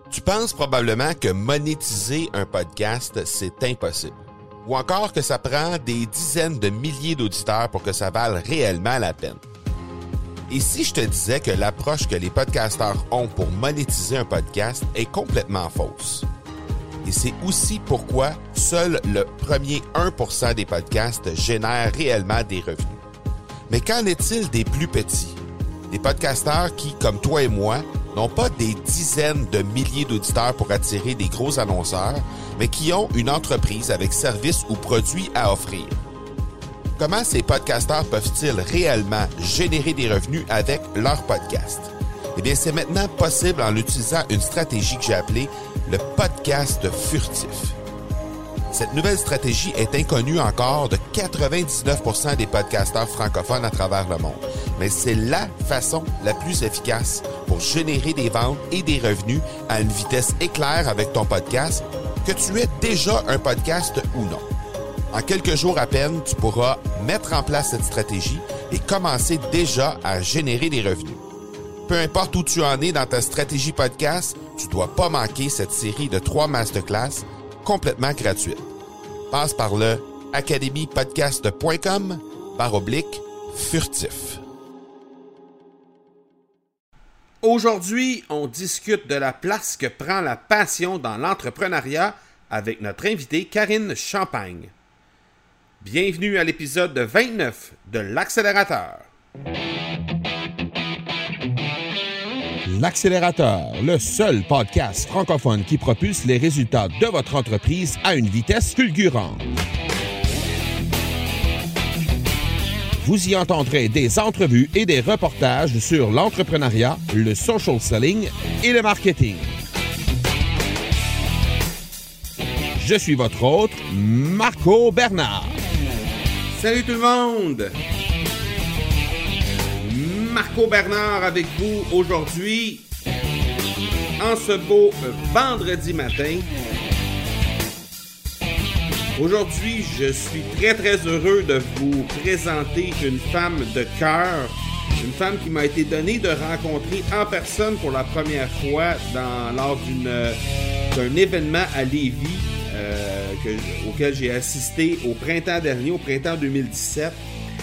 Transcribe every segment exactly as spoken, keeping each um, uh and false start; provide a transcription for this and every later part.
Tu penses probablement que monétiser un podcast, c'est impossible. Ou encore que ça prend des dizaines de milliers d'auditeurs pour que ça vale réellement la peine. Et si je te disais que l'approche que les podcasteurs ont pour monétiser un podcast est complètement fausse? Et c'est aussi pourquoi seul le premier un pour cent des podcasts génèrent réellement des revenus. Mais qu'en est-il des plus petits? Des podcasteurs qui, comme toi et moi, n'ont pas des dizaines de milliers d'auditeurs pour attirer des gros annonceurs, mais qui ont une entreprise avec services ou produits à offrir. Comment ces podcasteurs peuvent-ils réellement générer des revenus avec leur podcast? Eh bien, c'est maintenant possible en utilisant une stratégie que j'ai appelée le podcast furtif. Cette nouvelle stratégie est inconnue encore de quatre-vingt-dix-neuf pour cent des podcasteurs francophones à travers le monde. Mais c'est la façon la plus efficace pour générer des ventes et des revenus à une vitesse éclair avec ton podcast, que tu aies déjà un podcast ou non. En quelques jours à peine, tu pourras mettre en place cette stratégie et commencer déjà à générer des revenus. Peu importe où tu en es dans ta stratégie podcast, tu ne dois pas manquer cette série de trois masterclass complètement gratuite. Passe par le academy podcast point com barre oblique furtif. Aujourd'hui, on discute de la place que prend la passion dans l'entrepreneuriat avec notre invitée Karine Champagne. Bienvenue à l'épisode vingt-neuf de l'Accélérateur. L'Accélérateur, le seul podcast francophone qui propulse les résultats de votre entreprise à une vitesse fulgurante. Vous y entendrez des entrevues et des reportages sur l'entrepreneuriat, le social selling et le marketing. Je suis votre hôte, Marco Bernard. Salut tout le monde! Marco Bernard avec vous aujourd'hui, en ce beau vendredi matin. Aujourd'hui, je suis très très heureux de vous présenter une femme de cœur, une femme qui m'a été donnée de rencontrer en personne pour la première fois dans, lors d'une, d'un événement à Lévis euh, que, auquel j'ai assisté au printemps dernier, au printemps deux mille dix-sept.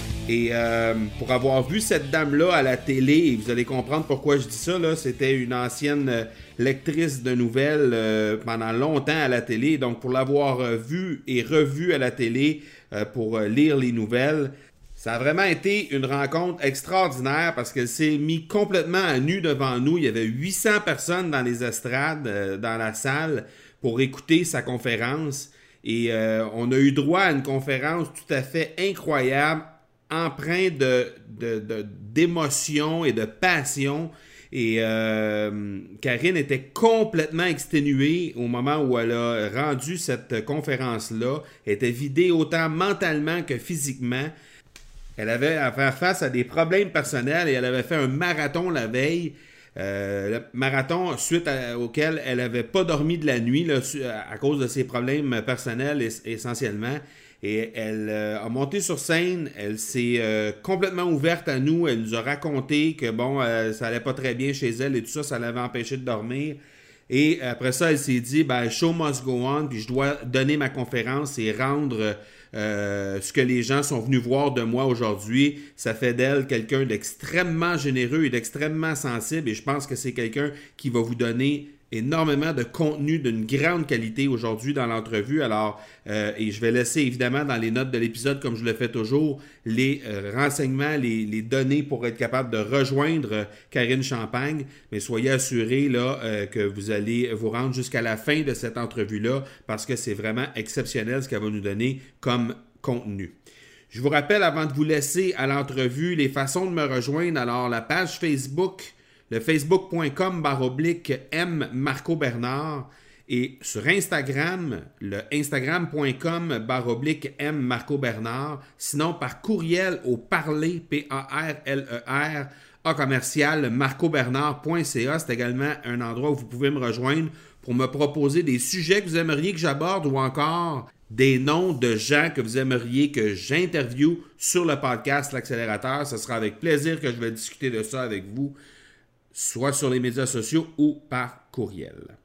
Et euh, pour avoir vu cette dame-là à la télé, et vous allez comprendre pourquoi je dis ça, là, c'était une ancienne euh, lectrice de nouvelles euh, pendant longtemps à la télé. Donc pour l'avoir euh, vue et revue à la télé euh, pour euh, lire les nouvelles, ça a vraiment été une rencontre extraordinaire parce qu'elle s'est mise complètement à nu devant nous. Il y avait huit cents personnes dans les estrades, euh, dans la salle, pour écouter sa conférence. Et euh, on a eu droit à une conférence tout à fait incroyable, empreint de, de, de, d'émotion et de passion. Et euh, Karine était complètement exténuée au moment où elle a rendu cette conférence-là. Elle était vidée autant mentalement que physiquement. Elle avait à faire face à des problèmes personnels et elle avait fait un marathon la veille. Euh, le marathon suite à, auquel elle n'avait pas dormi de la nuit là, à cause de ses problèmes personnels es, essentiellement. Et elle euh, a monté sur scène, elle s'est euh, complètement ouverte à nous, elle nous a raconté que bon, euh, ça allait pas très bien chez elle et tout ça, ça l'avait empêché de dormir. Et après ça, elle s'est dit, ben, show must go on, puis je dois donner ma conférence et rendre euh, ce que les gens sont venus voir de moi aujourd'hui. Ça fait d'elle quelqu'un d'extrêmement généreux et d'extrêmement sensible, et je pense que c'est quelqu'un qui va vous donner énormément de contenu d'une grande qualité aujourd'hui dans l'entrevue. Alors, euh, et je vais laisser évidemment dans les notes de l'épisode, comme je le fais toujours, les euh, renseignements, les, les données pour être capable de rejoindre euh, Karine Champagne. Mais soyez assurés là, euh, que vous allez vous rendre jusqu'à la fin de cette entrevue-là parce que c'est vraiment exceptionnel ce qu'elle va nous donner comme contenu. Je vous rappelle, avant de vous laisser à l'entrevue, les façons de me rejoindre. Alors, la page Facebook, le facebook point com barre oblique M Marco Bernard, et sur Instagram, le instagram point com barre oblique M Marco Bernard. Sinon, par courriel au parler, P A R L E R, A commercial, marcobernard point c a. C'est également un endroit où vous pouvez me rejoindre pour me proposer des sujets que vous aimeriez que j'aborde ou encore des noms de gens que vous aimeriez que j'interviewe sur le podcast L'Accélérateur. Ce sera avec plaisir que je vais discuter de ça avec vous, soit sur les médias sociaux ou par courriel.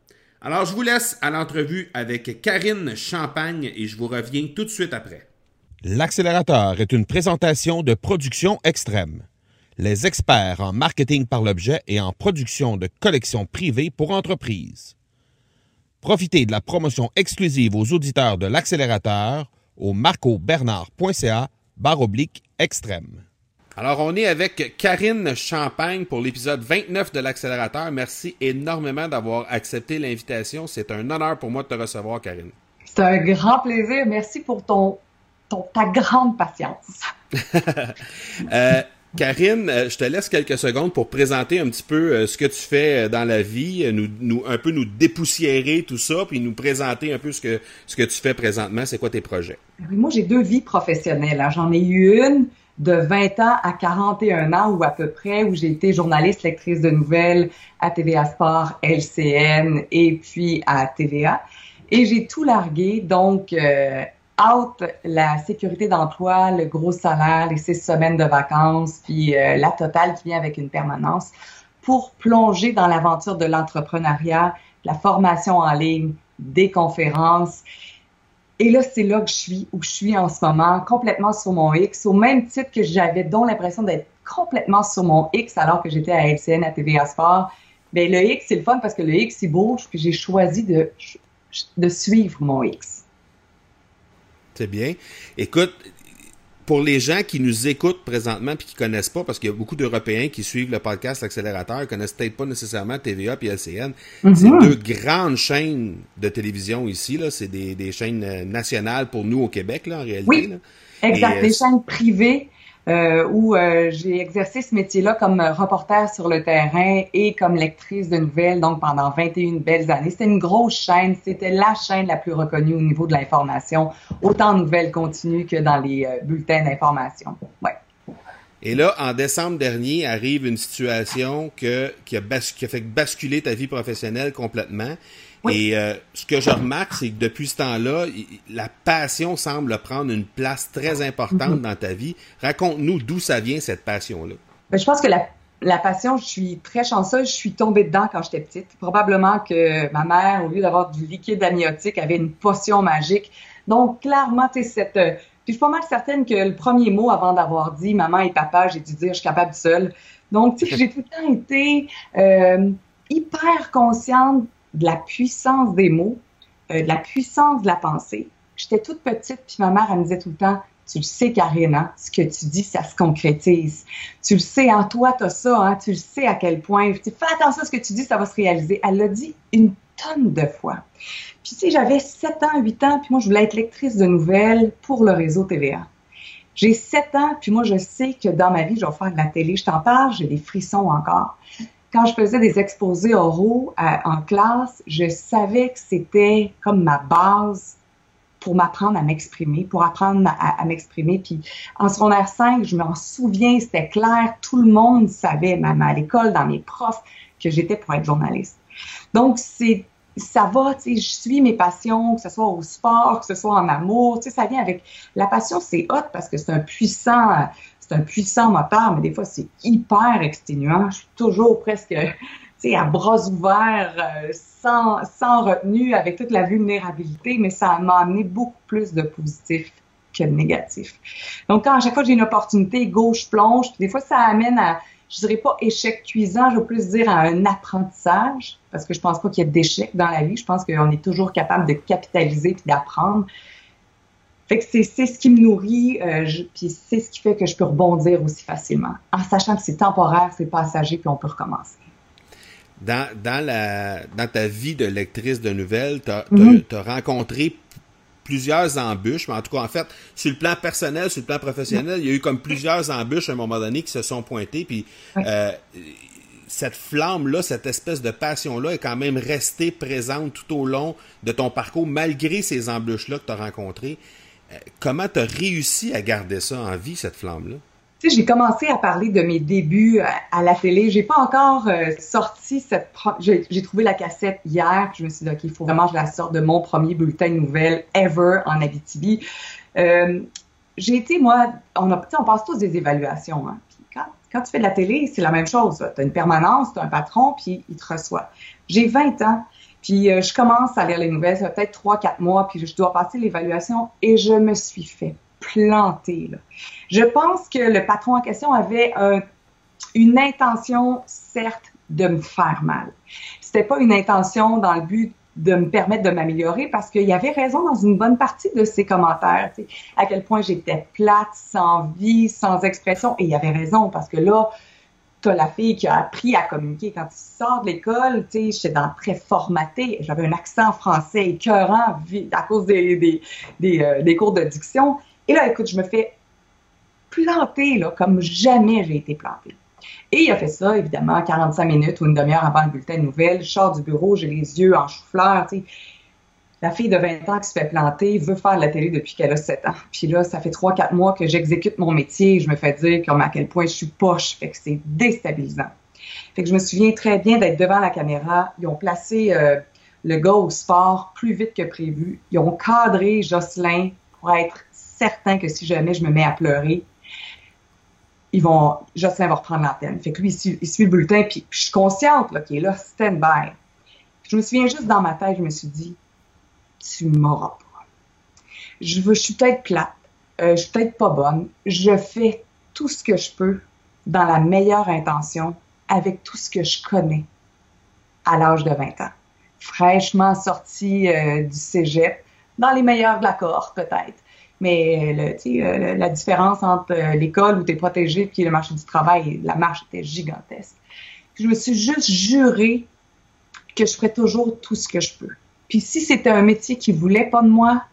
Alors, je vous laisse à l'entrevue avec Karine Champagne et je vous reviens tout de suite après. L'accélérateur est une présentation de Production Extrême. Les experts en marketing par l'objet et en production de collections privées pour entreprises. Profitez de la promotion exclusive aux auditeurs de l'accélérateur au marcobernard.ca barre oblique extrême. Alors, on est avec Karine Champagne pour l'épisode vingt-neuf de l'accélérateur. Merci énormément d'avoir accepté l'invitation. C'est un honneur pour moi de te recevoir, Karine. C'est un grand plaisir. Merci pour ton, ton ta grande patience. euh, Karine, je te laisse quelques secondes pour présenter un petit peu ce que tu fais dans la vie, nous, nous un peu nous dépoussiérer tout ça, puis nous présenter un peu ce que, ce que tu fais présentement. C'est quoi tes projets? Oui, moi, j'ai deux vies professionnelles. Hein. J'en ai eu une de vingt ans à quarante et un ans, ou à peu près, où j'ai été journaliste, lectrice de nouvelles à T V A Sport, L C N et puis à T V A. Et j'ai tout largué, donc euh, out la sécurité d'emploi, le gros salaire, les six semaines de vacances, puis euh, la totale qui vient avec une permanence, pour plonger dans l'aventure de l'entrepreneuriat, la formation en ligne, des conférences. Et là, c'est là que je suis, où je suis en ce moment, complètement sur mon X, au même titre que j'avais donc l'impression d'être complètement sur mon X alors que j'étais à L C N, à T V A Sport. Bien, le X, c'est le fun parce que le X, il bouge, puis j'ai choisi de, de suivre mon X. C'est bien. Écoute, pour les gens qui nous écoutent présentement puis qui connaissent pas, parce qu'il y a beaucoup d'Européens qui suivent le podcast L'Accélérateur, ils connaissent peut-être pas nécessairement T V A et L C N. Mm-hmm. C'est deux grandes chaînes de télévision ici, là. C'est des, des chaînes nationales pour nous au Québec, là, en réalité. Oui, là. exact. Et, des euh, chaînes privées euh, où euh, j'ai exercé ce métier-là comme reporter sur le terrain et comme lectrice de nouvelles, donc pendant vingt et une belles années. C'était une grosse chaîne. C'était la chaîne la plus reconnue au niveau de l'information, autant en nouvelles continues que dans les euh, bulletins d'information. Ouais. Et là, en décembre dernier, arrive une situation que, qui, a bas, qui a fait basculer ta vie professionnelle complètement. Oui. Et euh, ce que je remarque, c'est que depuis ce temps-là, la passion semble prendre une place très importante mm-hmm. dans ta vie. Raconte-nous d'où ça vient, cette passion-là. Ben, je pense que la, la passion, je suis très chanceuse. Je suis tombée dedans quand j'étais petite. Probablement que ma mère, au lieu d'avoir du liquide amniotique, avait une potion magique. Donc, clairement, tu sais, cette... Puis je suis pas mal certaine que le premier mot avant d'avoir dit « maman et papa », j'ai dû dire « je suis capable seule ». Donc, tu sais, j'ai tout le temps été euh, hyper consciente de la puissance des mots, euh, de la puissance de la pensée. J'étais toute petite, puis ma mère, elle me disait tout le temps « tu le sais, Karine, hein, ce que tu dis, ça se concrétise. Tu le sais, en toi, t'as ça, hein, tu le sais à quel point. Fais attention à ce que tu dis, ça va se réaliser. » Elle l'a dit une tonne de fois. Puis tu sais, j'avais sept ans, huit ans, puis moi, je voulais être lectrice de nouvelles pour le réseau T V A. J'ai sept ans, puis moi, je sais que dans ma vie, je vais faire de la télé. Je t'en parle, j'ai des frissons encore. Quand je faisais des exposés oraux euh, en classe, je savais que c'était comme ma base pour m'apprendre à m'exprimer, pour apprendre à, à m'exprimer. Puis en secondaire cinq, je m'en souviens, c'était clair, tout le monde savait, même à l'école, dans mes profs, que j'étais pour être journaliste. Donc, c'est ça va, tu sais, je suis mes passions, que ce soit au sport, que ce soit en amour, tu sais, ça vient avec... La passion, c'est hot parce que c'est un puissant... C'est un puissant moteur, mais des fois, c'est hyper exténuant. Je suis toujours presque, tu sais, à bras ouverts, euh, sans, sans retenue, avec toute la vulnérabilité, mais ça m'a amené beaucoup plus de positif que de négatif. Donc, quand à chaque fois que j'ai une opportunité, go, je plonge, puis des fois, ça amène à, je dirais pas échec cuisant, je veux plus dire à un apprentissage, parce que je pense pas qu'il y ait d'échec dans la vie. Je pense qu'on est toujours capable de capitaliser puis d'apprendre. Fait que c'est, c'est ce qui me nourrit, euh, je, puis c'est ce qui fait que je peux rebondir aussi facilement, en sachant que c'est temporaire, c'est passager, puis on peut recommencer. Dans, dans, la, dans ta vie de lectrice de nouvelles, tu as mm-hmm. rencontré plusieurs embûches, mais en tout cas, en fait, sur le plan personnel, sur le plan professionnel, il y a eu comme plusieurs embûches à un moment donné qui se sont pointées, puis oui. euh, cette flamme-là, cette espèce de passion-là est quand même restée présente tout au long de ton parcours, malgré ces embûches-là que tu as rencontrées. Euh, comment tu as réussi à garder ça en vie, cette flamme-là? Tu sais, j'ai commencé à parler de mes débuts à, à la télé. J'ai pas encore euh, sorti cette... Pro... J'ai, j'ai trouvé la cassette hier, puis je me suis dit, OK, il faut vraiment que je la sorte de mon premier bulletin de nouvelles ever en Abitibi. Euh, j'ai été, moi... On, a, on passe tous des évaluations, hein. Puis quand, quand tu fais de la télé, c'est la même chose. Tu as une permanence, tu as un patron, puis il te reçoit. J'ai vingt ans, Puis euh, je commence à lire les nouvelles, ça fait peut-être trois, quatre mois, puis je dois passer l'évaluation et je me suis fait planter, là. Je pense que le patron en question avait un, une intention, certes, de me faire mal. C'était pas une intention dans le but de me permettre de m'améliorer parce qu'il y avait raison dans une bonne partie de ses commentaires, tu sais, à quel point j'étais plate, sans vie, sans expression. Et il y avait raison parce que là, t'as la fille qui a appris à communiquer. Quand tu sors de l'école, tu sais, j'étais dans très formaté. J'avais un accent français écœurant à cause des, des, des, euh, des cours de diction. Et là, écoute, je me fais planter, là, comme jamais j'ai été plantée. Et il a fait ça, évidemment, quarante-cinq minutes ou une demi-heure avant le bulletin de nouvelles. Je sors du bureau, j'ai les yeux en chou-fleur, tu sais. La fille de vingt ans qui se fait planter veut faire de la télé depuis qu'elle a sept ans. Puis là, ça fait trois quatre mois que j'exécute mon métier. Je me fais dire comme à quel point je suis poche. Fait que c'est déstabilisant. Fait que je me souviens très bien d'être devant la caméra. Ils ont placé euh, le gars au sport plus vite que prévu. Ils ont cadré Jocelyn pour être certain que si jamais je me mets à pleurer, ils vont, Jocelyn va reprendre l'antenne. Fait que lui, il suit, il suit le bulletin, puis je suis consciente là, qu'il est là, stand-by. Je me souviens juste dans ma tête, je me suis dit, tu m'auras pas. Je, veux, je suis peut-être plate, euh, je suis peut-être pas bonne, je fais tout ce que je peux dans la meilleure intention, avec tout ce que je connais à l'âge de vingt ans. Fraîchement sortie euh, du cégep, dans les meilleurs de la cohorte peut-être. Mais le, tu sais, euh, la différence entre euh, l'école où tu es protégé et le marché du travail, la marche était gigantesque. Puis je me suis juste juré que je ferais toujours tout ce que je peux. Puis si c'était un métier qui voulait pas de moi,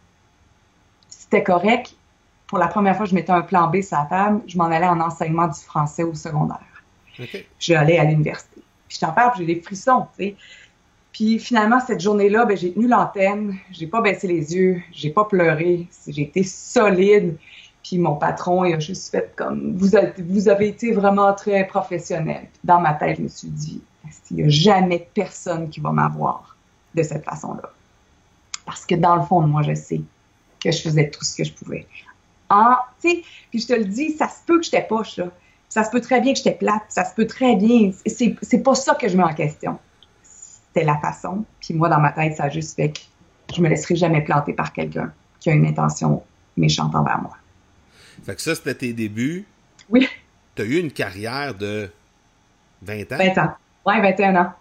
c'était correct. Pour la première fois, je mettais un plan B sur la table. Je m'en allais en enseignement du français au secondaire. Okay. Je allais à l'université. Puis je t'en parle, j'ai des frissons, tu sais. Puis finalement, cette journée-là, ben, j'ai tenu l'antenne, j'ai pas baissé les yeux, j'ai pas pleuré, j'ai été solide. Puis mon patron, il a juste fait comme, vous avez, vous avez été vraiment très professionnel. Dans ma tête, je me suis dit, il n'y a jamais personne qui va m'avoir de cette façon-là. Parce que dans le fond, moi, je sais que je faisais tout ce que je pouvais. En, tu sais, puis je te le dis, ça se peut que j'étais poche, là. Ça se peut très bien que j'étais plate, ça se peut très bien. C'est, c'est pas ça que je mets en question. C'était la façon. Puis moi, dans ma tête, ça a juste fait que je me laisserai jamais planter par quelqu'un qui a une intention méchante envers moi. Fait que ça, c'était tes débuts. Oui. Tu as eu une carrière de vingt ans? vingt ans. Ouais, vingt et un ans.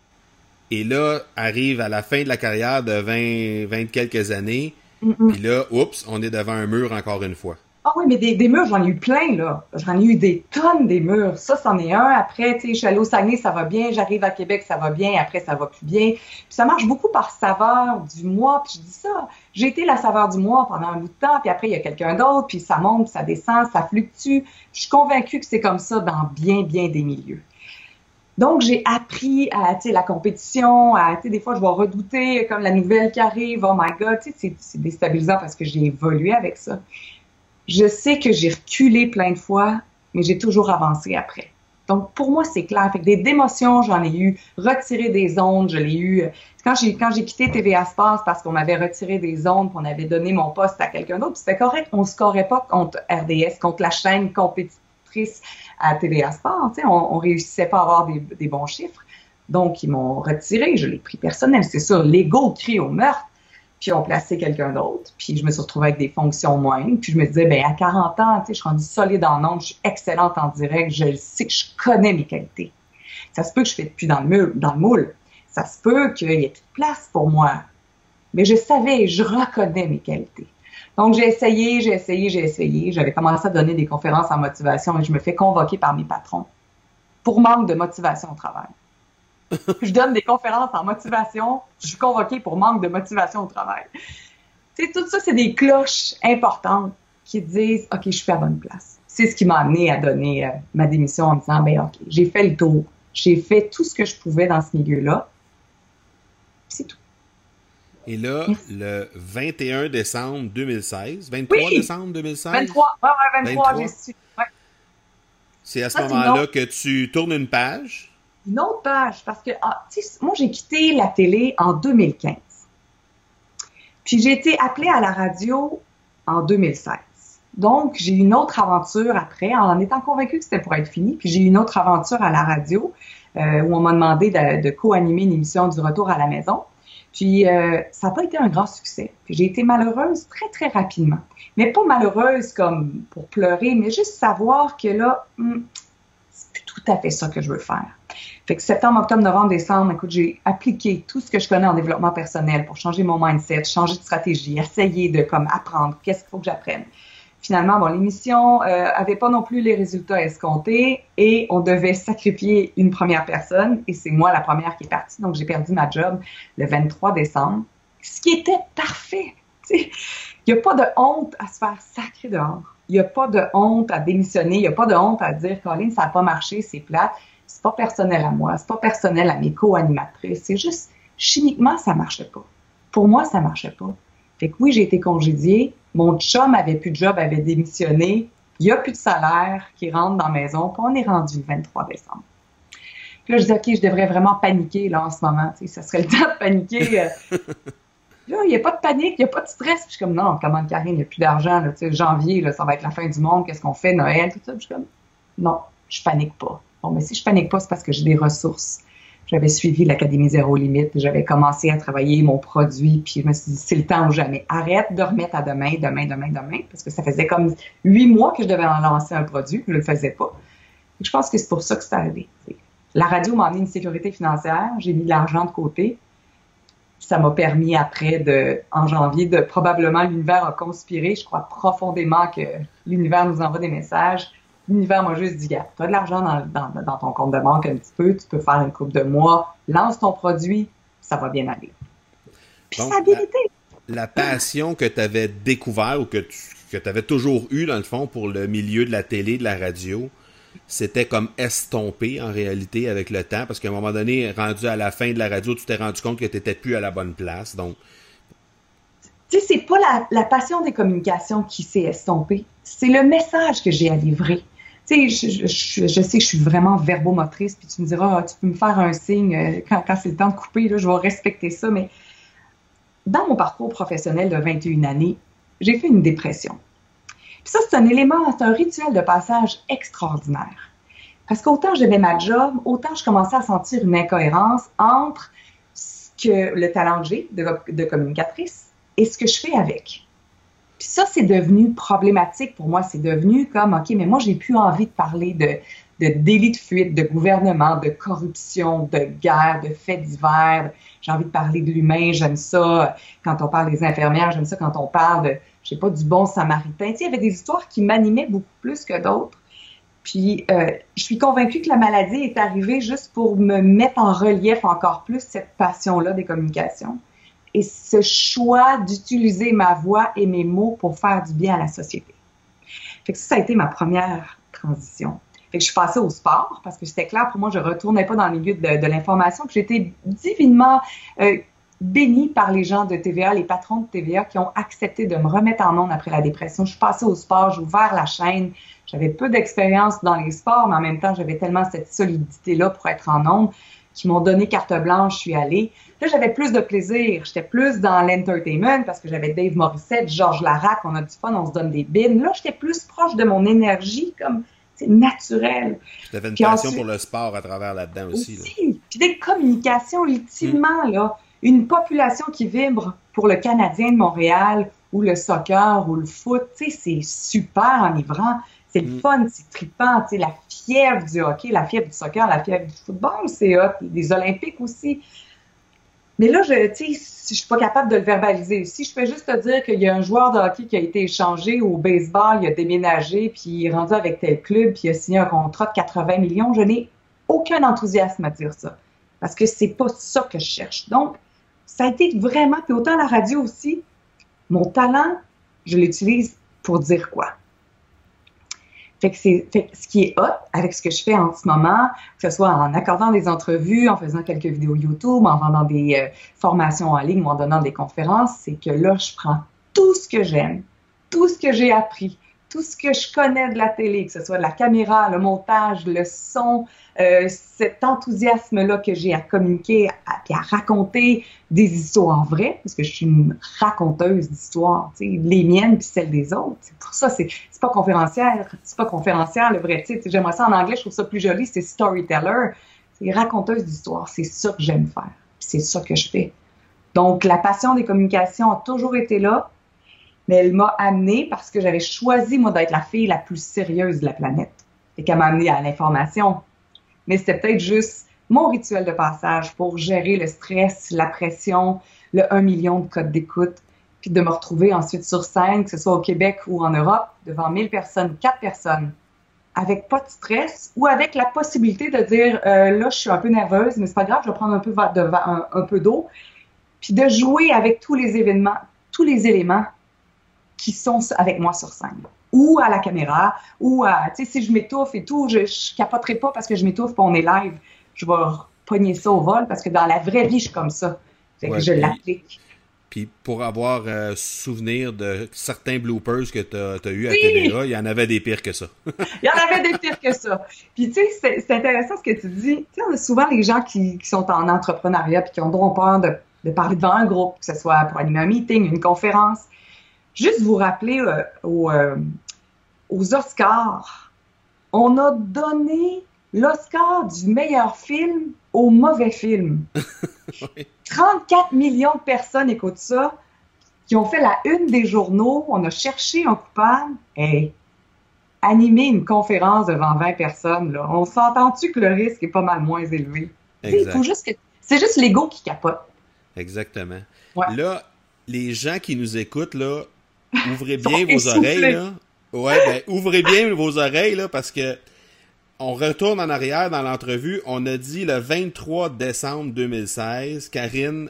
Et là, arrive à la fin de la carrière de vingt, vingt quelques années. Mm-mm. Puis là, oups, on est devant un mur encore une fois. Ah oui, mais des, des murs, j'en ai eu plein, là. J'en ai eu des tonnes, des murs. Ça, c'en est un. Après, tu sais, je suis allée au Saguenay, ça va bien. J'arrive à Québec, ça va bien. Après, ça va plus bien. Puis ça marche beaucoup par saveur du mois. Puis je dis ça. J'ai été la saveur du mois pendant un bout de temps. Puis après, il y a quelqu'un d'autre. Puis ça monte, puis ça descend, ça fluctue. Je suis convaincue que c'est comme ça dans bien, bien des milieux. Donc, j'ai appris à, tu sais, la compétition, à, tu sais, des fois, je vais redouter comme la nouvelle qui arrive. Oh my God, tu sais, c'est, c'est déstabilisant parce que j'ai évolué avec ça. Je sais que j'ai reculé plein de fois, mais j'ai toujours avancé après. Donc, pour moi, c'est clair. Fait que des démotions, j'en ai eu. Retirer des ondes, je l'ai eu. Quand j'ai, quand j'ai quitté T V A Sports parce qu'on m'avait retiré des ondes, qu'on avait donné mon poste à quelqu'un d'autre, c'était correct. On ne scorait pas contre R D S, contre la chaîne compétitrice à T V A Sports. Tu sais, on, on réussissait pas à avoir des, des bons chiffres. Donc, ils m'ont retiré. Je l'ai pris personnel. C'est sûr, l'ego crie au meurtre. Puis on plaçait quelqu'un d'autre, puis je me suis retrouvée avec des fonctions moindres, puis je me disais, ben à quarante ans, tu sais, je suis rendue solide en ondes, je suis excellente en direct, je sais que je connais mes qualités. Ça se peut que je ne fais plus dans le, mule, dans le moule, ça se peut qu'il y ait plus de place pour moi, mais je savais, je reconnais mes qualités. Donc j'ai essayé, j'ai essayé, j'ai essayé, j'avais commencé à donner des conférences en motivation et je me fais convoquer par mes patrons pour manque de motivation au travail. Je donne des conférences en motivation, je suis convoquée pour manque de motivation au travail. Tu sais, tout ça, c'est des cloches importantes qui disent « OK, je suis à la bonne place ». C'est ce qui m'a amené à donner euh, ma démission en me disant « Ben OK, j'ai fait le tour, j'ai fait tout ce que je pouvais dans ce milieu-là, c'est tout ». Et là, yes. Le vingt et un décembre deux mille seize, vingt-trois oui. décembre deux mille seize? vingt-trois, ouais, ouais, vingt-trois, vingt-trois. J'ai su. Ouais. C'est à ce ça, moment-là que tu tournes une page? Une autre page, parce que ah, moi, j'ai quitté la télé en deux mille quinze. Puis j'ai été appelée à la radio en deux mille seize. Donc, j'ai eu une autre aventure après, en étant convaincue que c'était pour être fini. Puis j'ai eu une autre aventure à la radio euh, où on m'a demandé de, de co-animer une émission du Retour à la maison. Puis, euh, ça n'a pas été un grand succès. Puis, j'ai été malheureuse très, très rapidement. Mais pas malheureuse comme pour pleurer, mais juste savoir que là, hum, c'est plus tout à fait ça que je veux faire. Fait que septembre, octobre, novembre, décembre, écoute, j'ai appliqué tout ce que je connais en développement personnel pour changer mon mindset, changer de stratégie, essayer de comme apprendre qu'est-ce qu'il faut que j'apprenne. Finalement, bon, l'émission euh, avait pas non plus les résultats escomptés et on devait sacrifier une première personne et c'est moi la première qui est partie. Donc, j'ai perdu ma job le vingt-trois décembre, ce qui était parfait. Il n'y a pas de honte à se faire sacrer dehors. Il n'y a pas de honte à démissionner. Il n'y a pas de honte à dire « Colin, ça n'a pas marché, c'est plate. » C'est pas personnel à moi, c'est pas personnel à mes co-animatrices. C'est juste, chimiquement, ça marchait pas. Pour moi, ça marchait pas. Fait que oui, j'ai été congédiée. Mon chum avait plus de job, avait démissionné. Il y a plus de salaire qui rentre dans la maison. Puis on est rendu le vingt-trois décembre. Puis là, je dis, OK, je devrais vraiment paniquer là en ce moment. Tu sais, ça serait le temps de paniquer. Là, il n'y a pas de panique, il n'y a pas de stress. Puis je suis comme, non, comment Karine, il n'y a plus d'argent. Là, tu sais, janvier, là, ça va être la fin du monde. Qu'est-ce qu'on fait, Noël, tout ça. Puis je suis comme, non, je panique pas. Bon, mais si je panique pas, c'est parce que j'ai des ressources. J'avais suivi l'Académie Zéro Limite, j'avais commencé à travailler mon produit, puis je me suis dit, c'est le temps ou jamais. Arrête de remettre à demain, demain, demain, demain, parce que ça faisait comme huit mois que je devais en lancer un produit, puis je le faisais pas. Et je pense que c'est pour ça que c'est arrivé. La radio m'a amené une sécurité financière, j'ai mis de l'argent de côté, ça m'a permis après, de, en janvier, de probablement l'univers a conspiré. Je crois profondément que l'univers nous envoie des messages. L'univers m'a juste dit, gars, tu as de l'argent dans, dans, dans ton compte de banque un petit peu, tu peux faire une couple de mois, lance ton produit, ça va bien aller. Puis Donc, ça a bien été. La, la passion que tu avais découvert ou que tu que avais toujours eu, dans le fond, pour le milieu de la télé, de la radio, c'était comme estompé en réalité avec le temps, parce qu'à un moment donné, rendu à la fin de la radio, tu t'es rendu compte que tu n'étais plus à la bonne place. Donc, tu sais, c'est pas la, la passion des communications qui s'est estompée, c'est le message que j'ai à livrer. Tu sais, je, je, je sais que je suis vraiment verbomotrice, puis tu me diras, ah, tu peux me faire un signe euh, quand, quand c'est le temps de couper, là, je vais respecter ça, mais dans mon parcours professionnel de vingt et une années, j'ai fait une dépression. Puis ça, c'est un élément, c'est un rituel de passage extraordinaire. Parce qu'autant j'aimais ma job, autant je commençais à sentir une incohérence entre ce que le talent que j'ai de, de communicatrice et ce que je fais avec. Puis ça, c'est devenu problématique pour moi. C'est devenu comme, OK, mais moi, j'ai plus envie de parler de, de délits de fuite, de gouvernement, de corruption, de guerre, de faits divers. J'ai envie de parler de l'humain. J'aime ça quand on parle des infirmières. J'aime ça quand on parle de, je sais pas, du bon samaritain. Tu sais, il y avait des histoires qui m'animaient beaucoup plus que d'autres. Puis, euh, je suis convaincue que la maladie est arrivée juste pour me mettre en relief encore plus cette passion-là des communications. Et ce choix d'utiliser ma voix et mes mots pour faire du bien à la société. Fait que ça, ça a été ma première transition. Fait que je suis passée au sport parce que c'était clair pour moi, je retournais pas dans le milieu de, de l'information. Puis j'ai été divinement euh, bénie par les gens de T V A, les patrons de T V A qui ont accepté de me remettre en ondes après la dépression. Je suis passée au sport, j'ai ouvert la chaîne. J'avais peu d'expérience dans les sports, mais en même temps, j'avais tellement cette solidité-là pour être en ondes qui m'ont donné carte blanche, je suis allée. Là, j'avais plus de plaisir. J'étais plus dans l'entertainment parce que j'avais Dave Morissette, Georges Larac, on a du fun, on se donne des bines. Là, j'étais plus proche de mon énergie, comme c'est naturel. Tu avais une Puis passion ensuite, pour le sport à travers là-dedans aussi. aussi Là. Puis des communications, ultimement, mmh. là, une population qui vibre pour le Canadien de Montréal ou le soccer ou le foot, tu sais, c'est super enivrant. C'est le fun, c'est trippant, tu sais, la fièvre du hockey, la fièvre du soccer, la fièvre du football, c'est hot, des Olympiques aussi. Mais là, je, tu sais, je suis pas capable de le verbaliser. Si je peux juste te dire qu'il y a un joueur de hockey qui a été échangé au baseball, il a déménagé, puis il est rendu avec tel club, puis il a signé un contrat de quatre-vingts millions, je n'ai aucun enthousiasme à dire ça. Parce que c'est pas ça que je cherche. Donc, ça a été vraiment, puis autant la radio aussi, mon talent, je l'utilise pour dire quoi? Fait que c'est, fait que ce qui est hot avec ce que je fais en ce moment, que ce soit en accordant des entrevues, en faisant quelques vidéos YouTube, en vendant des euh, formations en ligne ou en donnant des conférences, c'est que là, je prends tout ce que j'aime, tout ce que j'ai appris, tout ce que je connais de la télé, que ce soit la caméra, le montage, le son, euh, cet enthousiasme-là que j'ai à communiquer à, à raconter des histoires vraies, parce que je suis une raconteuse d'histoires, tu sais, les miennes puis celles des autres. C'est pour ça, c'est, c'est pas conférencière, c'est pas conférencière le vrai titre. J'aimerais ça en anglais, je trouve ça plus joli, c'est storyteller. C'est raconteuse d'histoire. C'est ça que j'aime faire. C'est ça que je fais. Donc, la passion des communications a toujours été là, mais elle m'a amenée parce que j'avais choisi, moi, d'être la fille la plus sérieuse de la planète. Et qu'elle m'a amenée à l'information. Mais c'était peut-être juste mon rituel de passage pour gérer le stress, la pression, le un million de codes d'écoute, puis de me retrouver ensuite sur scène, que ce soit au Québec ou en Europe, devant mille personnes, quatre personnes, avec pas de stress ou avec la possibilité de dire euh, là, je suis un peu nerveuse, mais c'est pas grave, je vais prendre un peu, de, un, un peu d'eau, puis de jouer avec tous les événements, tous les éléments qui sont avec moi sur scène, ou à la caméra, ou à, tu sais, si je m'étouffe et tout, je, je capoterai pas parce que je m'étouffe puis on est live, je vais pogner ça au vol parce que dans la vraie vie, je suis comme ça. Fait ouais, que je puis, l'applique. Puis pour avoir euh, souvenir de certains bloopers que tu as eu à oui. T V A, il y en avait des pires que ça. Il y en avait des pires que ça. Puis tu sais, c'est, c'est intéressant ce que tu dis. Tu sais, on a souvent les gens qui, qui sont en entrepreneuriat puis qui ont donc peur de, de parler devant un groupe, que ce soit pour animer un meeting, une conférence. Juste vous rappeler euh, aux, euh, aux Oscars, on a donné l'Oscar du meilleur film au mauvais film. oui. trente-quatre millions de personnes écoutent ça, qui ont fait la une des journaux. On a cherché un coupable. Hey, animer une conférence devant vingt personnes, là, on s'entend-tu que le risque est pas mal moins élevé? Il faut juste que... C'est juste l'ego qui capote. Exactement. Ouais. Là, les gens qui nous écoutent, là, ouvrez bien vos essoufflés. oreilles. Là. Ouais, ben, ouvrez bien vos oreilles, là, parce que on retourne en arrière dans l'entrevue. On a dit le vingt-trois décembre deux mille seize, Karine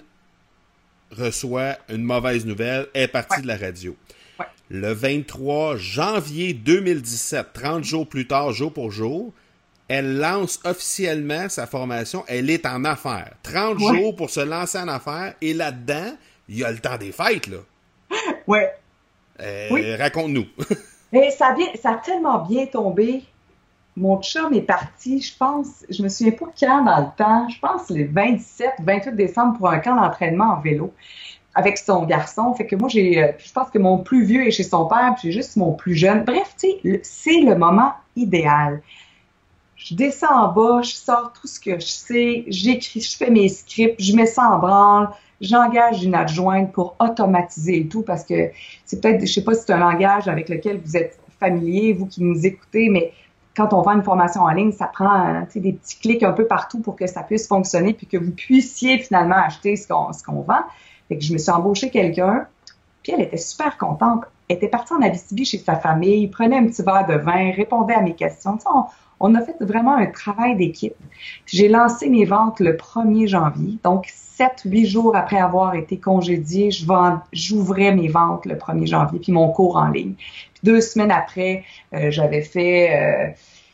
reçoit une mauvaise nouvelle, elle est partie ouais. de la radio. Ouais. Le vingt-trois janvier deux mille dix-sept, trente jours plus tard, jour pour jour, elle lance officiellement sa formation. Elle est en affaires. trente ouais. jours pour se lancer en affaires. Et là-dedans, il y a le temps des fêtes, là. Ouais. Euh, oui. Raconte-nous. Mais ça a, bien, ça a tellement bien tombé. Mon chum est parti, je pense, je me souviens pas quand dans le temps, je pense le vingt-sept, vingt-huit décembre pour un camp d'entraînement en vélo avec son garçon. Fait que moi, j'ai, je pense que mon plus vieux est chez son père, puis j'ai juste mon plus jeune. Bref, tu sais, c'est le moment idéal. Je descends en bas, je sors tout ce que je sais, j'écris, je fais mes scripts, je mets ça en branle, j'engage une adjointe pour automatiser le tout parce que c'est peut-être, je sais pas si c'est un langage avec lequel vous êtes familier, vous qui nous écoutez, mais quand on vend une formation en ligne, ça prend tu sais, des petits clics un peu partout pour que ça puisse fonctionner puis que vous puissiez finalement acheter ce qu'on, ce qu'on vend. Fait que je me suis embauché quelqu'un, puis elle était super contente. Elle était partie en Abitibi chez sa famille, prenait un petit verre de vin, répondait à mes questions. Tu sais, on, on a fait vraiment un travail d'équipe. J'ai lancé mes ventes le premier janvier, donc sept, huit jours après avoir été congédiée, je vend, j'ouvrais mes ventes le premier janvier, puis mon cours en ligne. Puis deux semaines après, euh, j'avais fait euh,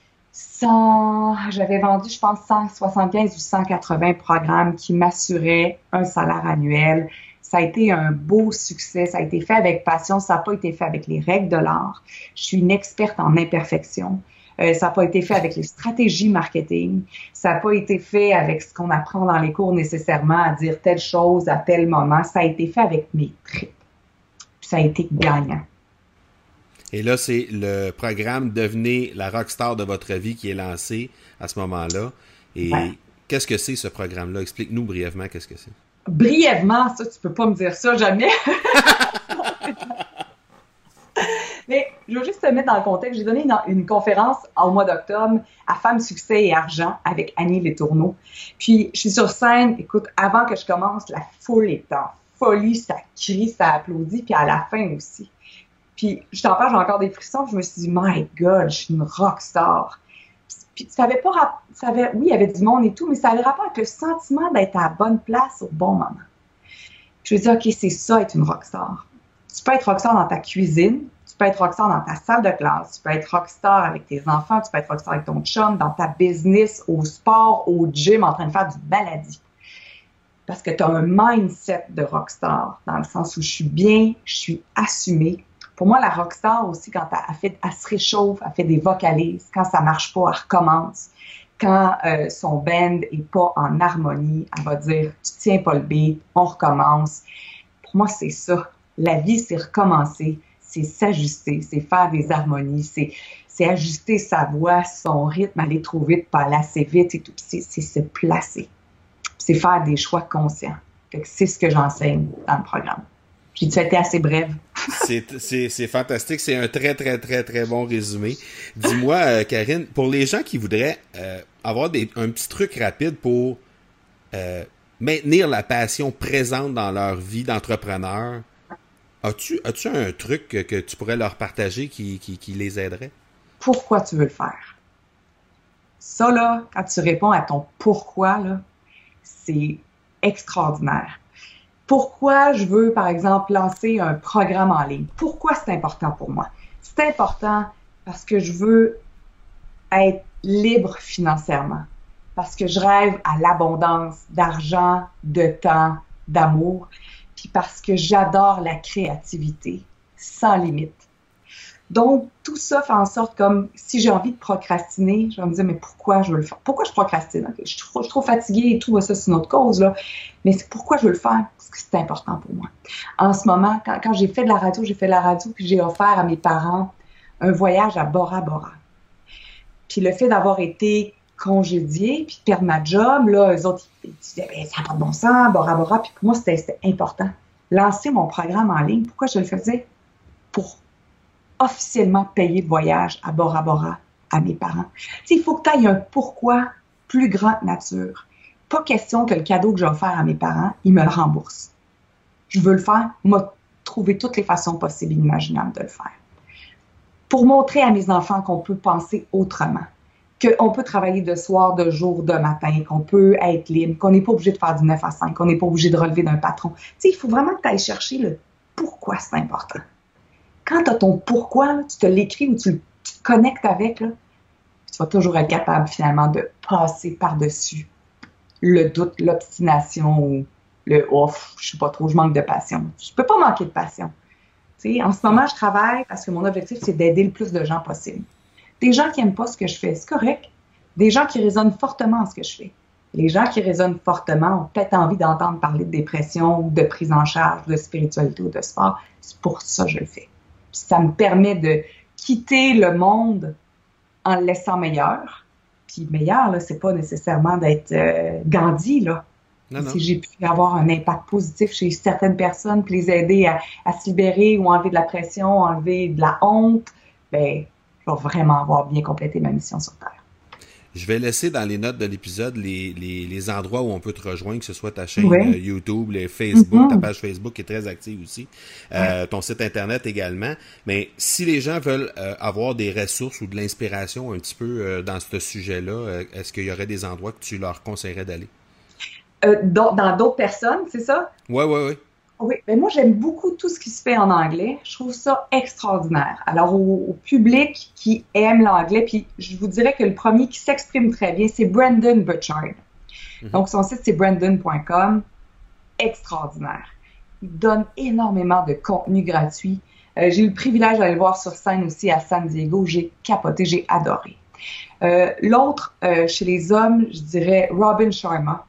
cent, j'avais vendu, je pense, cent soixante-quinze ou cent quatre-vingts programmes qui m'assuraient un salaire annuel. Ça a été un beau succès, ça a été fait avec passion, ça n'a pas été fait avec les règles de l'art. Je suis une experte en imperfection. Euh, ça n'a pas été fait avec les stratégies marketing. Ça n'a pas été fait avec ce qu'on apprend dans les cours nécessairement à dire telle chose à tel moment. Ça a été fait avec mes tripes. Puis ça a été gagnant. Et là, c'est le programme « Devenez la rockstar de votre vie » qui est lancé à ce moment-là. Et ouais. Qu'est-ce que c'est ce programme-là? Explique-nous brièvement qu'est-ce que c'est. Brièvement, ça, tu peux pas me dire ça jamais. Mais je veux juste te mettre dans le contexte. J'ai donné une, une conférence au mois d'octobre à Femmes, Succès et Argent avec Annie Letourneau. Puis, je suis sur scène. Écoute, avant que je commence, la foule est en folie. Ça crie, ça applaudit. Puis à la fin aussi. Puis, je t'en parle, j'ai encore des frissons. Je me suis dit, my God, je suis une rockstar. Puis, ça avait pas... Ça avait, oui, il y avait du monde et tout, mais ça avait rapport avec le sentiment d'être à la bonne place au bon moment. Puis, je me suis dit, OK, c'est ça, être une rockstar. Tu peux être rockstar dans ta cuisine. Tu peux être rockstar dans ta salle de classe, tu peux être rockstar avec tes enfants, tu peux être rockstar avec ton chum, dans ta business, au sport, au gym, en train de faire du baladi. Parce que tu as un mindset de rockstar, dans le sens où je suis bien, je suis assumée. Pour moi, la rockstar aussi, quand elle, fait, elle se réchauffe, elle fait des vocalises. Quand ça marche pas, elle recommence. Quand euh, son band est pas en harmonie, elle va dire « tu tiens pas le beat, on recommence ». Pour moi, c'est ça. La vie, c'est recommencer. c'est s'ajuster, c'est faire des harmonies, c'est, c'est ajuster sa voix, son rythme, aller trop vite, pas aller assez vite et tout. C'est, c'est se placer. C'est faire des choix conscients. Fait que c'est ce que j'enseigne dans le programme. J'ai-tu été assez brève? c'est, c'est, c'est fantastique. C'est un très, très, très, très bon résumé. Dis-moi, euh, Karine, pour les gens qui voudraient euh, avoir des, un petit truc rapide pour euh, maintenir la passion présente dans leur vie d'entrepreneur, as-tu, as-tu un truc que, que tu pourrais leur partager qui, qui, qui les aiderait? Pourquoi tu veux le faire? Ça, là, quand tu réponds à ton pourquoi, là, c'est extraordinaire. Pourquoi je veux, par exemple, lancer un programme en ligne? Pourquoi c'est important pour moi? C'est important parce que je veux être libre financièrement, parce que je rêve à l'abondance d'argent, de temps, d'amour, puis parce que j'adore la créativité sans limite. Donc, tout ça fait en sorte comme, si j'ai envie de procrastiner, je vais me dire, mais pourquoi je veux le faire? Pourquoi je procrastine? Okay, je, suis trop, je suis trop fatiguée et tout, ça, c'est une autre cause, là. Mais c'est pourquoi je veux le faire? Parce que c'est important pour moi. En ce moment, quand, quand j'ai fait de la radio, j'ai fait de la radio, puis j'ai offert à mes parents un voyage à Bora Bora. Puis le fait d'avoir été congédiée, puis de perdre ma job, là, eux autres, ils disaient, ben, ça n'a pas de bon sens, Bora Bora. Puis pour moi, c'était, c'était important. Lancer mon programme en ligne, pourquoi je le faisais? Pour officiellement payer le voyage à Bora Bora à mes parents. Tu sais, il faut que tu ailles un pourquoi plus grande nature. Pas question que le cadeau que j'ai offert à mes parents, ils me le remboursent. Je veux le faire, m'a trouvé toutes les façons possibles et imaginables de le faire. Pour montrer à mes enfants qu'on peut penser autrement, qu'on peut travailler de soir, de jour, de matin, qu'on peut être libre, qu'on n'est pas obligé de faire du neuf à cinq, qu'on n'est pas obligé de relever d'un patron. Tu sais, il faut vraiment que tu ailles chercher le pourquoi c'est important. Quand tu as ton pourquoi, là, tu te l'écris ou tu, tu te connectes avec, là, tu vas toujours être capable finalement de passer par-dessus le doute, l'obstination ou le « ouf, je sais pas trop, je manque de passion ». Je peux pas manquer de passion. Tu sais, en ce moment, je travaille parce que mon objectif, c'est d'aider le plus de gens possible. Des gens qui n'aiment pas ce que je fais, c'est correct. Des gens qui résonnent fortement à ce que je fais. Les gens qui résonnent fortement ont peut-être envie d'entendre parler de dépression, de prise en charge, de spiritualité ou de sport. C'est pour ça que je le fais. Puis ça me permet de quitter le monde en le laissant meilleur. Puis meilleur, là, c'est pas nécessairement d'être euh, Gandhi, là. Non, non. Si j'ai pu avoir un impact positif chez certaines personnes, puis les aider à, à se libérer ou enlever de la pression, enlever de la honte, ben, je vais vraiment avoir bien complété ma mission sur Terre. Je vais laisser dans les notes de l'épisode les, les, les endroits où on peut te rejoindre, que ce soit ta chaîne oui. euh, YouTube, les Facebook, mm-hmm. ta page Facebook qui est très active aussi, euh, ouais. ton site Internet également. Mais si les gens veulent euh, avoir des ressources ou de l'inspiration un petit peu euh, dans ce sujet-là, euh, est-ce qu'il y aurait des endroits que tu leur conseillerais d'aller? Euh, dans, dans d'autres personnes, c'est ça? Oui, oui, oui. Oui, mais moi, j'aime beaucoup tout ce qui se fait en anglais. Je trouve ça extraordinaire. Alors, au, au public qui aime l'anglais, puis je vous dirais que le premier qui s'exprime très bien, c'est Brendon Burchard. Mm-hmm. Donc, son site, c'est brendon point com. Extraordinaire. Il donne énormément de contenu gratuit. Euh, j'ai eu le privilège d'aller le voir sur scène aussi à San Diego. J'ai capoté, j'ai adoré. Euh, l'autre, euh, chez les hommes, je dirais Robin Sharma,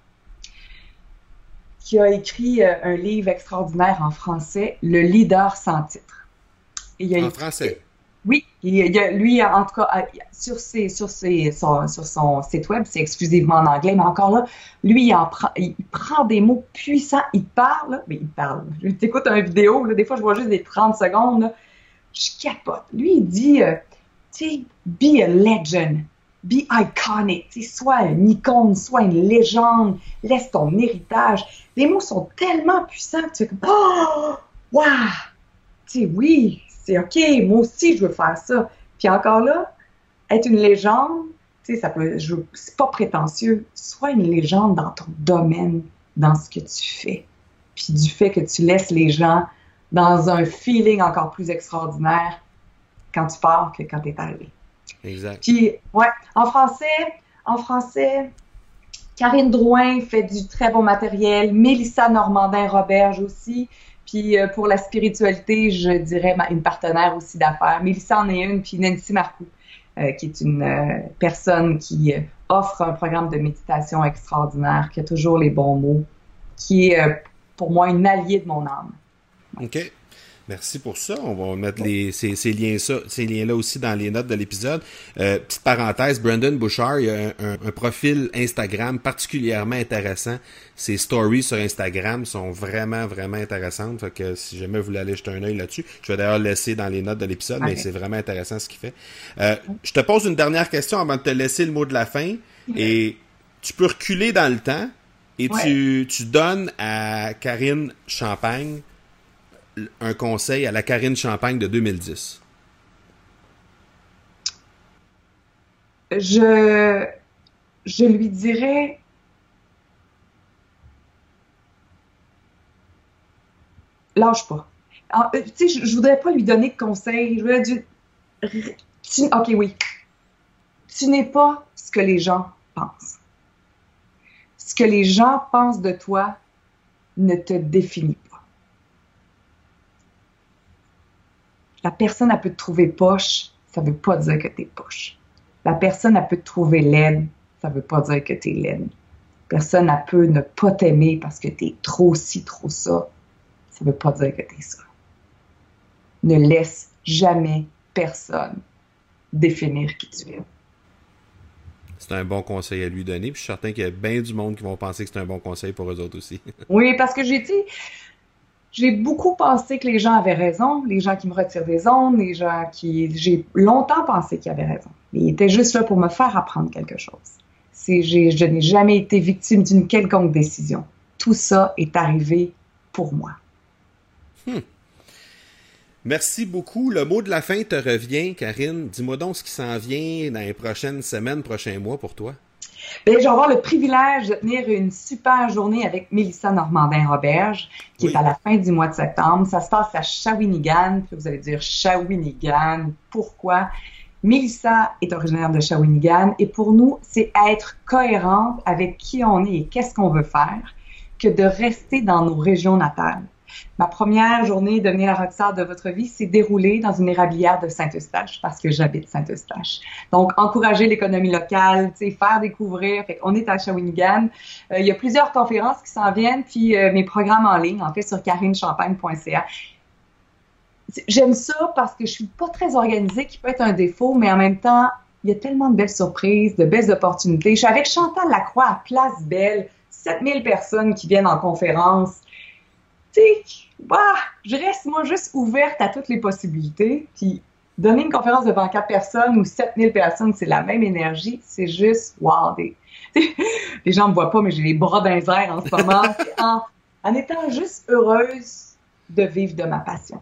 qui a écrit euh, un livre extraordinaire en français, Le leader sans titre. Et il a en écrit, français? Oui. Il, il a, lui, en tout cas, sur, ses, sur, ses, son, sur son site web, c'est exclusivement en anglais, mais encore là, lui, il, en prend, il prend des mots puissants, il parle, mais il parle. Je t'écoute une vidéo, là, des fois, je vois juste des trente secondes, là, je capote. Lui, il dit, euh, tu sais, be a legend. Be iconic, sois une icône, sois une légende, laisse ton héritage. Les mots sont tellement puissants que tu es comme « Oh! Wow! » Tu sais, oui, c'est OK, moi aussi, je veux faire ça. Puis encore là, être une légende, tu sais, ça peut, je, c'est pas prétentieux. Sois une légende dans ton domaine, dans ce que tu fais. Puis du fait que tu laisses les gens dans un feeling encore plus extraordinaire quand tu pars que quand tu es arrivé. Exact. Puis, ouais, en français, en français, Karine Drouin fait du très bon matériel, Mélissa Normandin-Roberge aussi, puis euh, pour la spiritualité, je dirais ma, une partenaire aussi d'affaires. Mélissa en est une, puis Nancy Marcoux, euh, qui est une euh, personne qui euh, offre un programme de méditation extraordinaire, qui a toujours les bons mots, qui est euh, pour moi une alliée de mon âme. OK. Merci pour ça. On va mettre les, ces, ces liens ça, ces liens-là aussi dans les notes de l'épisode. Euh, petite parenthèse, Brandon Bouchard, il a un, un, un profil Instagram particulièrement intéressant. Ses stories sur Instagram sont vraiment, vraiment intéressantes. Fait que si jamais vous voulez aller jeter un œil là-dessus, je vais d'ailleurs laisser dans les notes de l'épisode, okay. Mais c'est vraiment intéressant ce qu'il fait. Euh, je te pose une dernière question avant de te laisser le mot de la fin. Et tu peux reculer dans le temps et ouais. tu, tu donnes à Karine Champagne un conseil à la Karine Champagne de deux mille dix. Je, je lui dirais lâche pas. Tu sais, je, je voudrais pas lui donner de conseils. Je voudrais dire, tu, ok, oui. Tu n'es pas ce que les gens pensent. Ce que les gens pensent de toi ne te définit pas. La personne, elle peut te trouver poche, ça veut pas dire que t'es poche. La personne, elle peut te trouver laide, ça veut pas dire que t'es laide. La personne, elle peut ne pas t'aimer parce que t'es trop ci, trop ça, ça veut pas dire que t'es ça. Ne laisse jamais personne définir qui tu es. C'est un bon conseil à lui donner, puis je suis certain qu'il y a bien du monde qui vont penser que c'est un bon conseil pour eux autres aussi. Oui, parce que j'ai dit... J'ai beaucoup pensé que les gens avaient raison, les gens qui me retirent des ondes, les gens qui... J'ai longtemps pensé qu'ils avaient raison. Ils étaient juste là pour me faire apprendre quelque chose. C'est, j'ai, je n'ai jamais été victime d'une quelconque décision. Tout ça est arrivé pour moi. Hmm. Merci beaucoup. Le mot de la fin te revient, Karine. Dis-moi donc ce qui s'en vient dans les prochaines semaines, prochains mois pour toi. Bien, je vais avoir le privilège de tenir une super journée avec Mélissa Normandin-Roberge, qui oui. est à la fin du mois de septembre. Ça se passe à Shawinigan. Puis vous allez dire Shawinigan. Pourquoi? Mélissa est originaire de Shawinigan et pour nous, c'est être cohérente avec qui on est et qu'est-ce qu'on veut faire que de rester dans nos régions natales. Ma première journée devenir la rockstar de votre vie s'est déroulée dans une érablière de Saint-Eustache parce que j'habite Saint-Eustache. Donc, encourager l'économie locale, tu sais, faire découvrir. Fait qu'on est à Shawinigan. Euh, il y a plusieurs conférences qui s'en viennent, puis euh, mes programmes en ligne, en fait, sur karine champagne point c a. J'aime ça parce que je suis pas très organisée, qui peut être un défaut, mais en même temps, il y a tellement de belles surprises, de belles opportunités. Je suis avec Chantal Lacroix à Place Belle, sept mille personnes qui viennent en conférence. Tu sais, bah, je reste, moi, juste ouverte à toutes les possibilités. Puis, donner une conférence devant quatre personnes ou sept mille personnes, c'est la même énergie. C'est juste, wow, des... les gens me voient pas, mais j'ai les bras dans les airs en ce moment. en, en étant juste heureuse de vivre de ma passion.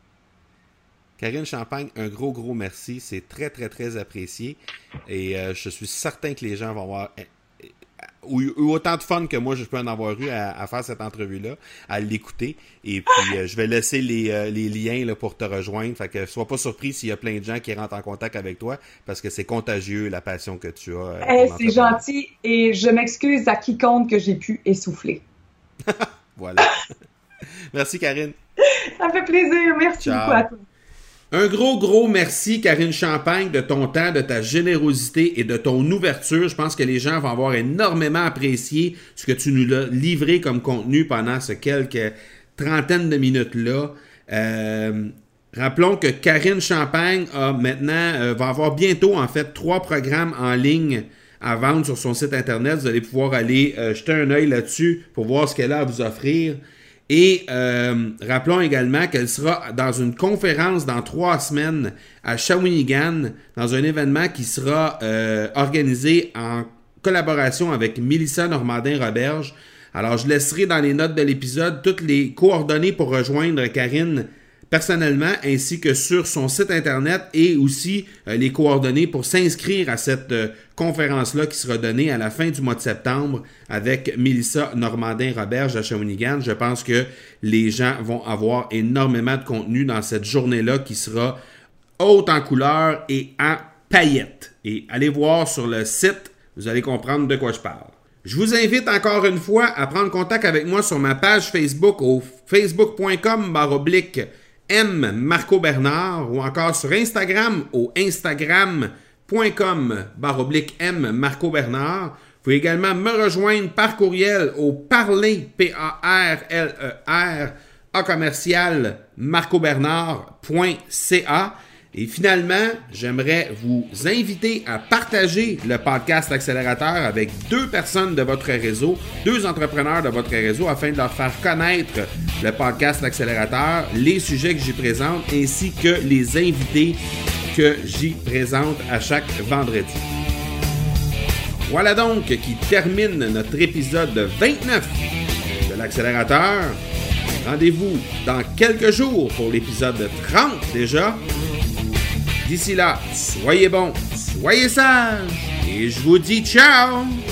Karine Champagne, un gros, gros merci. C'est très, très, très apprécié. Et euh, je suis certain que les gens vont avoir... Ou, ou autant de fun que moi je peux en avoir eu à, à faire cette entrevue-là, à l'écouter. Et puis, euh, je vais laisser les, euh, les liens là, pour te rejoindre. Fait que sois pas surpris s'il y a plein de gens qui rentrent en contact avec toi, parce que c'est contagieux, la passion que tu as. Euh, hey, c'est gentil, et je m'excuse à quiconque que j'ai pu essouffler. Voilà. Merci, Karine. Ça me fait plaisir. Merci Ciao. Beaucoup à toi. Un gros, gros merci, Karine Champagne, de ton temps, de ta générosité et de ton ouverture. Je pense que les gens vont avoir énormément apprécié ce que tu nous as livré comme contenu pendant ce quelques trentaine de minutes-là. Euh, rappelons que Karine Champagne a maintenant, euh, va avoir bientôt, en fait, trois programmes en ligne à vendre sur son site Internet. Vous allez pouvoir aller euh, jeter un œil là-dessus pour voir ce qu'elle a à vous offrir. Et euh, rappelons également qu'elle sera dans une conférence dans trois semaines à Shawinigan, dans un événement qui sera euh, organisé en collaboration avec Mélissa Normandin-Roberge. Alors, je laisserai dans les notes de l'épisode toutes les coordonnées pour rejoindre Karine personnellement, ainsi que sur son site Internet et aussi euh, les coordonnées pour s'inscrire à cette euh, conférence-là qui sera donnée à la fin du mois de septembre avec Mélissa Normandin-Roberge à Shawinigan. Je pense que les gens vont avoir énormément de contenu dans cette journée-là qui sera haute en couleurs et en paillettes. Et allez voir sur le site, vous allez comprendre de quoi je parle. Je vous invite encore une fois à prendre contact avec moi sur ma page Facebook au facebook point com barre oblique M Marco Bernard ou encore sur Instagram au instagram point com barre oblique M Marco Bernard. Vous pouvez également me rejoindre par courriel au parler, P A R L E R, à commercial marcobernard point c a. Et finalement, j'aimerais vous inviter à partager le podcast Accélérateur avec deux personnes de votre réseau, deux entrepreneurs de votre réseau, afin de leur faire connaître le podcast Accélérateur, les sujets que j'y présente, ainsi que les invités que j'y présente à chaque vendredi. Voilà donc qui termine notre épisode vingt-neuf de l'Accélérateur. Rendez-vous dans quelques jours pour l'épisode trente déjà. D'ici là, soyez bons, soyez sages, et je vous dis ciao!